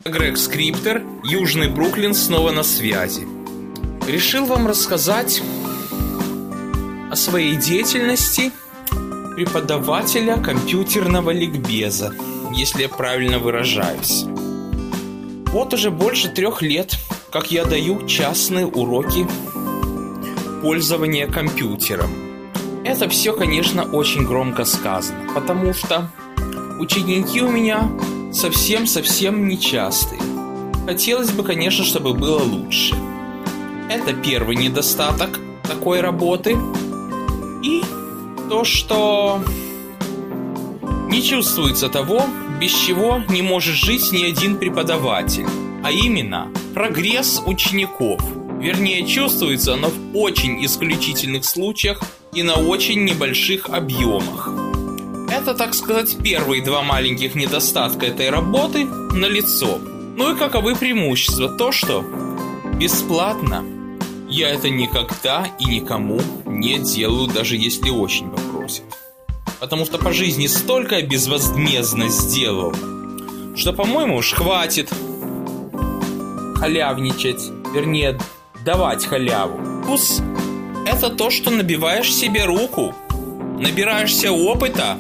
Грег Скриптер, Южный Бруклин, снова на связи. Решил вам рассказать о своей деятельности преподавателя компьютерного ликбеза, если я правильно выражаюсь. Вот уже больше 3 лет, как я даю частные уроки пользования компьютером. Это все, конечно, очень громко сказано, потому что ученики у меня совсем нечастые. Хотелось бы, конечно, чтобы было лучше. Это первый недостаток такой работы. И то, что не чувствуется того, без чего не может жить ни один преподаватель. А именно, прогресс учеников. Вернее, чувствуется оно в очень исключительных случаях и на очень небольших объемах. Это, так сказать, первые 2 маленьких недостатка этой работы налицо. Ну и каковы преимущества? То, что бесплатно я это никогда и никому не делаю, даже если очень попросят. Потому что по жизни столько я безвозмездно сделал, что, по-моему, уж хватит халявничать, вернее, давать халяву. Плюс это то, что набиваешь себе руку, набираешься опыта,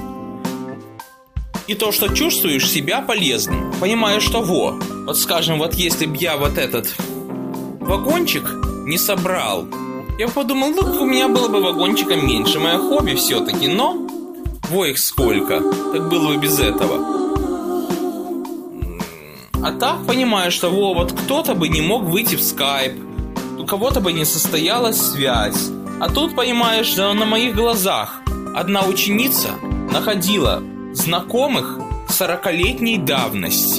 и то, что чувствуешь себя полезным. Понимаешь, что вот скажем, вот если бы я вот этот вагончик не собрал, я бы подумал, ну, у меня было бы вагончика меньше, мое хобби все-таки, но во их сколько, так было бы без этого. А так понимаешь, что вот кто-то бы не мог выйти в скайп, у кого-то бы не состоялась связь. А тут понимаешь, что на моих глазах одна ученица находила знакомых 40-летней давности.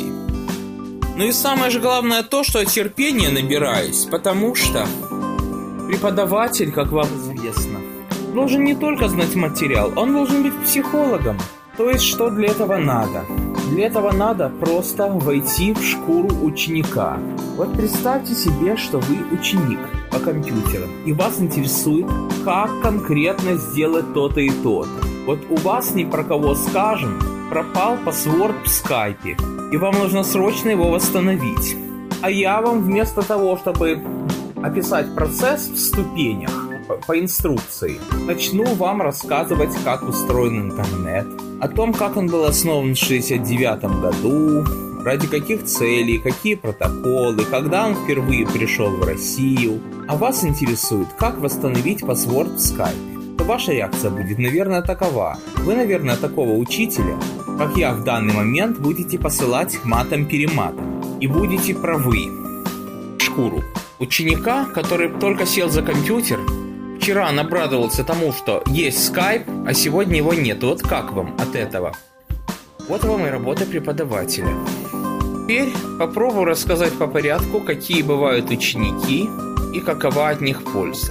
Ну и самое же главное то, что я терпения набираюсь, потому что преподаватель, как вам известно, должен не только знать материал, он должен быть психологом. То есть, что для этого надо? Для этого надо просто войти в шкуру ученика. Вот представьте себе, что вы ученик по компьютерам, и вас интересует, как конкретно сделать то-то и то-то. Вот у вас ни про кого скажем, пропал паспорт в скайпе, и вам нужно срочно его восстановить. А я вам вместо того, чтобы описать процесс в ступенях по инструкции, начну вам рассказывать, как устроен интернет, о том, как он был основан в 1969 году, ради каких целей, какие протоколы, когда он впервые пришел в Россию. А вас интересует, как восстановить паспорт в скайпе. То ваша реакция будет, наверное, такова. Вы, наверное, такого учителя, как я в данный момент, будете посылать матом-перематом. И будете правы. Шкуру ученика, который только сел за компьютер, вчера он обрадовался тому, что есть скайп, а сегодня его нет. Вот как вам от этого? Вот вам и работа преподавателя. Теперь попробую рассказать по порядку, какие бывают ученики и какова от них польза.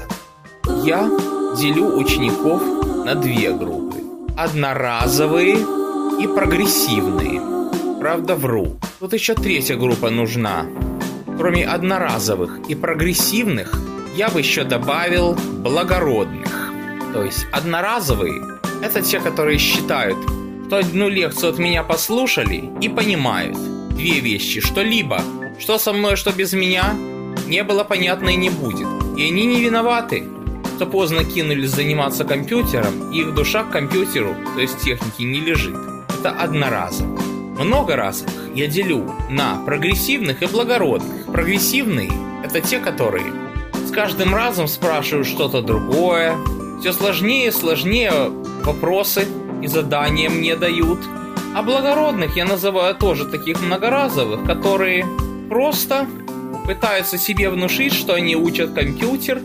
Я делю учеников на 2 группы. Одноразовые и прогрессивные. Правда, вру. Тут еще 3-я группа нужна. Кроме одноразовых и прогрессивных, я бы еще добавил благородных. То есть одноразовые – это те, которые считают, что 1 лекцию от меня послушали и понимают 2 вещи. Что либо, что со мной, что без меня, не было понятно и не будет. И они не виноваты, что поздно кинулись заниматься компьютером, и их душа к компьютеру, то есть технике, не лежит. Это одноразово. Многоразовых я делю на прогрессивных и благородных. Прогрессивные – это те, которые с каждым разом спрашивают что-то другое, все сложнее и сложнее вопросы и задания мне дают. А благородных я называю тоже таких многоразовых, которые просто пытаются себе внушить, что они учат компьютер,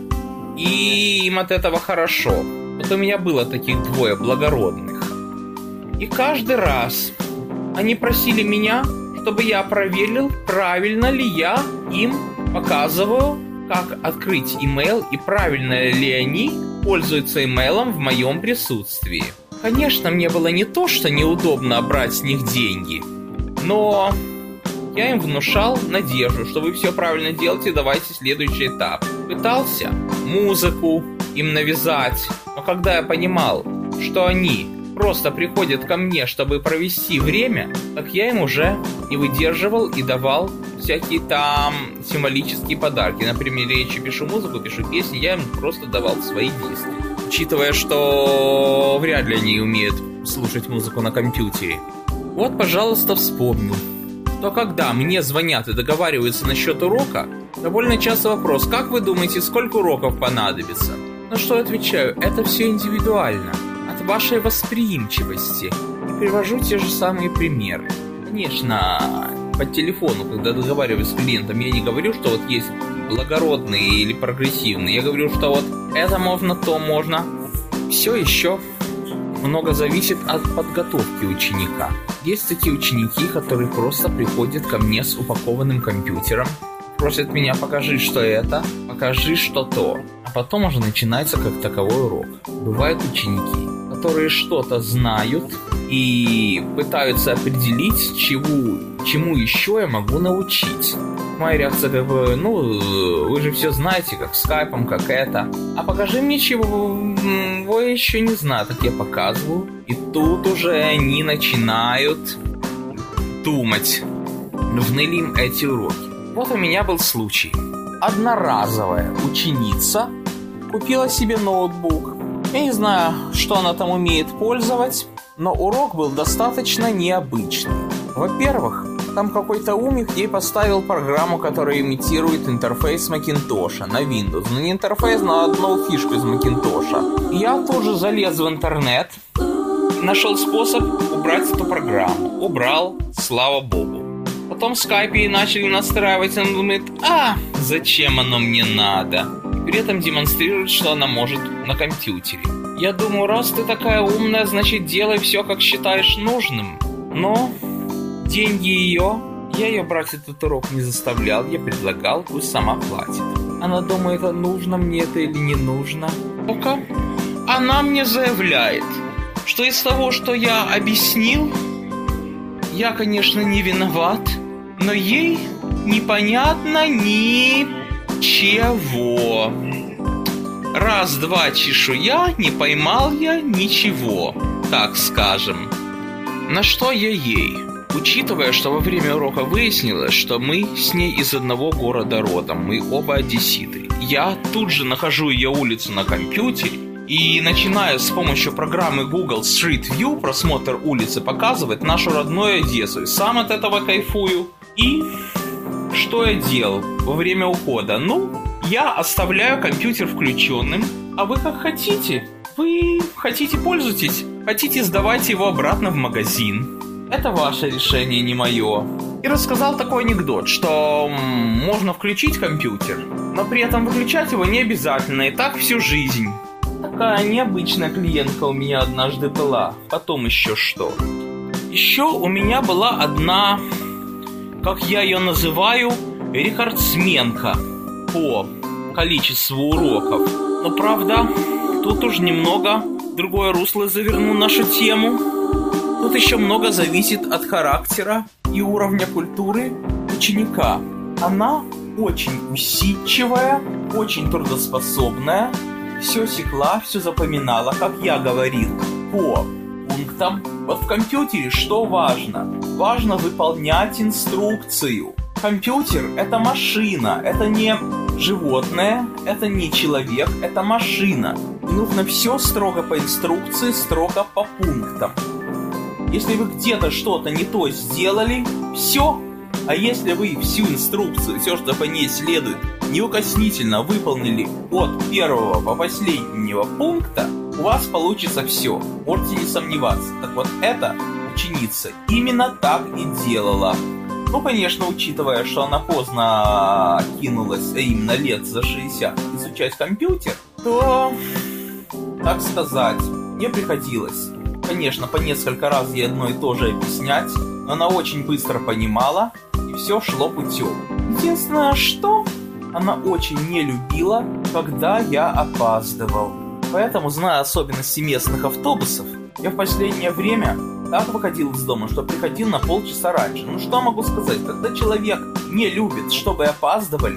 и им от этого хорошо. Вот у меня было таких 2 благородных. И каждый раз они просили меня, чтобы я проверил, правильно ли я им показываю, как открыть имейл и правильно ли они пользуются имейлом в моем присутствии. Конечно, мне было не то, что неудобно брать с них деньги, но я им внушал надежду, что вы все правильно делаете, давайте следующий этап. Пытался музыку им навязать, но когда я понимал, что они просто приходит ко мне, чтобы провести время, так я им уже не выдерживал и давал всякие там символические подарки. Например, я еще пишу музыку, пишу песни, я им просто давал свои диски. Учитывая, что вряд ли они умеют слушать музыку на компьютере. Вот, пожалуйста, вспомнил. То когда мне звонят и договариваются насчет урока, довольно часто вопрос: как вы думаете, сколько уроков понадобится? На что отвечаю: это все индивидуально, от вашей восприимчивости. И привожу те же самые примеры. Конечно, по телефону, когда договариваюсь с клиентом, я не говорю, что вот есть благородные или прогрессивные. Я говорю, что вот это можно, то можно. Все еще много зависит от подготовки ученика. Есть такие ученики, которые просто приходят ко мне с упакованным компьютером, просят меня: покажи, что это, покажи, что то. А потом уже начинается как таковой урок. Бывают ученики, которые что-то знают и пытаются определить, чему еще я могу научить. Моя реакция как бы: вы же все знаете, как скайпом, как это. А покажи мне, чего я еще не знаю. Так я показываю. И тут уже они начинают думать, нужны ли им эти уроки. Вот у меня был случай. Одноразовая ученица купила себе ноутбук. Я не знаю, что она там умеет пользовать, но урок был достаточно необычный. Во-первых, там какой-то умник ей поставил программу, которая имитирует интерфейс Макинтоша на Windows. Но не интерфейс, но одну фишку из Макинтоша. Я тоже залез в интернет, нашел способ убрать эту программу. Убрал, слава богу. Потом в скайпе начали настраивать, и он думает: зачем оно мне надо? При этом демонстрирует, что она может на компьютере. Я думаю, раз ты такая умная, значит делай все, как считаешь нужным. Но деньги ее, я ее брать этот урок не заставлял, я предлагал, пусть сама платит. Она думает: а нужно мне это или не нужно? Ну-ка, она мне заявляет, что из того, что я объяснил, я, конечно, не виноват, но ей непонятно ничего. Раз-два чешуя, не поймал я ничего, так скажем. На что я ей, учитывая, что во время урока выяснилось, что мы с ней из одного города родом, мы оба одесситы. Я тут же нахожу ее улицу на компьютере и начинаю с помощью программы Google Street View просмотр улицы показывать нашу родную Одессу. И сам от этого кайфую. И что я делал во время ухода? Я оставляю компьютер включенным, а вы как хотите. Вы хотите — пользуйтесь, хотите — сдавайте его обратно в магазин. Это ваше решение, не мое. И рассказал такой анекдот, что можно включить компьютер, но при этом выключать его не обязательно, и так всю жизнь. Такая необычная клиентка у меня однажды была. Потом еще что? Еще у меня была одна, как я ее называю, рекордсменка по количеству уроков. Но правда, тут уж немного другое русло заверну нашу тему. Тут еще много зависит от характера и уровня культуры ученика. Она очень усидчивая, очень трудоспособная, все секла, все запоминала, как я говорил, по пунктам. Вот в компьютере что важно? Важно выполнять инструкцию. Компьютер — это машина, это не животное, это не человек, это машина. И нужно все строго по инструкции, строго по пунктам. Если вы где-то что-то не то сделали, все. А если вы всю инструкцию, все, что по ней следует, неукоснительно выполнили от первого по последнего пункта, у вас получится все. Можете не сомневаться. Так вот, эта ученица именно так и делала. Конечно, учитывая, что она поздно кинулась, а именно лет за 60, изучать компьютер, то, так сказать, мне приходилось, конечно, по несколько раз ей одно и то же объяснять, но она очень быстро понимала, и все шло путем. Единственное, что она очень не любила, когда я опаздывал. Поэтому, зная особенности местных автобусов, я в последнее время так выходил из дома, что приходил на полчаса раньше. Что могу сказать? Когда человек не любит, чтобы опаздывали,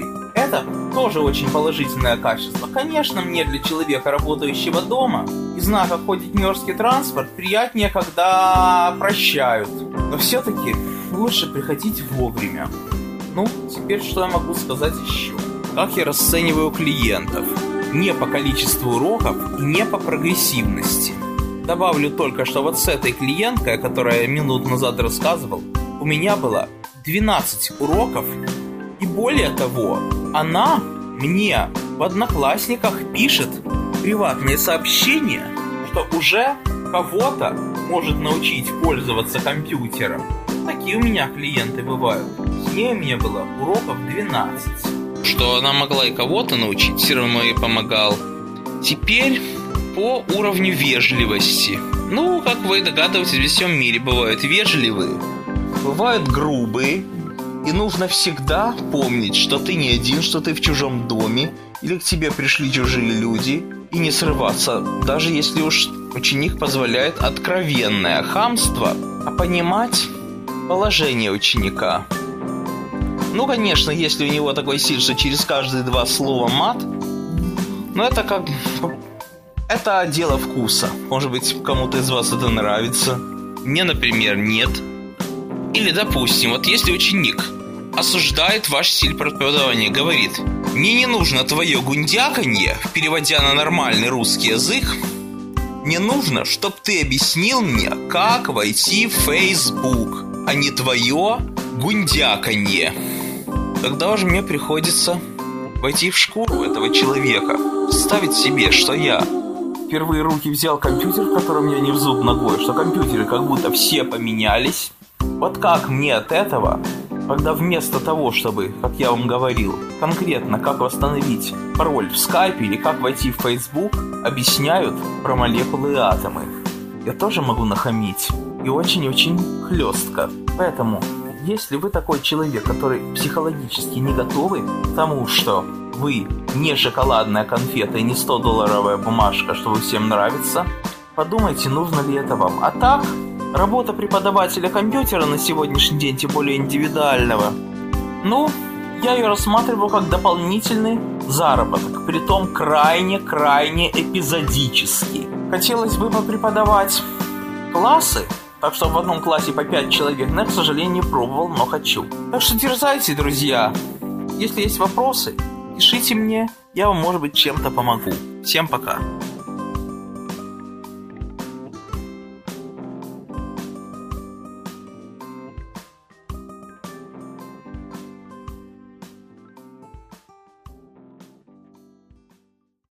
это тоже очень положительное качество. Конечно, мне для человека, работающего дома и зная, как ходит нью-йоркский транспорт, приятнее, когда прощают. Но все-таки лучше приходить вовремя. Ну, теперь что я могу сказать еще? Как я расцениваю клиентов? Не по количеству уроков и не по прогрессивности. Добавлю только, что вот с этой клиенткой, о которой я минуту назад рассказывал, у меня было 12 уроков. И более того, она мне в Одноклассниках пишет приватные сообщения, что уже кого-то может научить пользоваться компьютером. Такие у меня клиенты бывают. С ней у меня было уроков 12. Что она могла и кого-то научить, все равно ей помогал. Теперь по уровню вежливости. Ну, как вы догадываетесь, во всем мире бывают вежливые, бывают грубые. И нужно всегда помнить, что ты не один, что ты в чужом доме, или к тебе пришли чужие люди, и не срываться, даже если уж ученик позволяет откровенное хамство, а понимать положение ученика. Ну, конечно, если у него такой стиль, что через каждые 2 слова мат, но это как... Это дело вкуса. Может быть, кому-то из вас это нравится. Мне, например, нет. Или, допустим, вот если ученик осуждает ваш стиль преподавания, говорит: «Мне не нужно твое гундяканье», переводя на нормальный русский язык, «мне нужно, чтобы ты объяснил мне, как войти в Facebook, а не твое гундяканье». Тогда уже мне приходится войти в шкуру этого человека, представить себе, что я впервые в руки взял компьютер, в котором я не в зуб ногой, что компьютеры как будто все поменялись. Вот как мне от этого, когда вместо того, чтобы, как я вам говорил, конкретно как восстановить пароль в скайпе или как войти в Facebook, объясняют про молекулы и атомы. Я тоже могу нахамить. И очень-очень хлестко. Поэтому, если вы такой человек, который психологически не готовы к тому, что вы не шоколадная конфета и не 100-долларовая бумажка, что вы всем нравится, подумайте, нужно ли это вам. А так, работа преподавателя компьютера на сегодняшний день, тем более индивидуального, ну, я ее рассматриваю как дополнительный заработок, притом крайне-крайне эпизодический. Хотелось бы попреподавать классы, так что в одном классе по 5 человек, но я, к сожалению, не пробовал, но хочу. Так что дерзайте, друзья. Если есть вопросы, пишите мне, я вам, может быть, чем-то помогу. Всем пока.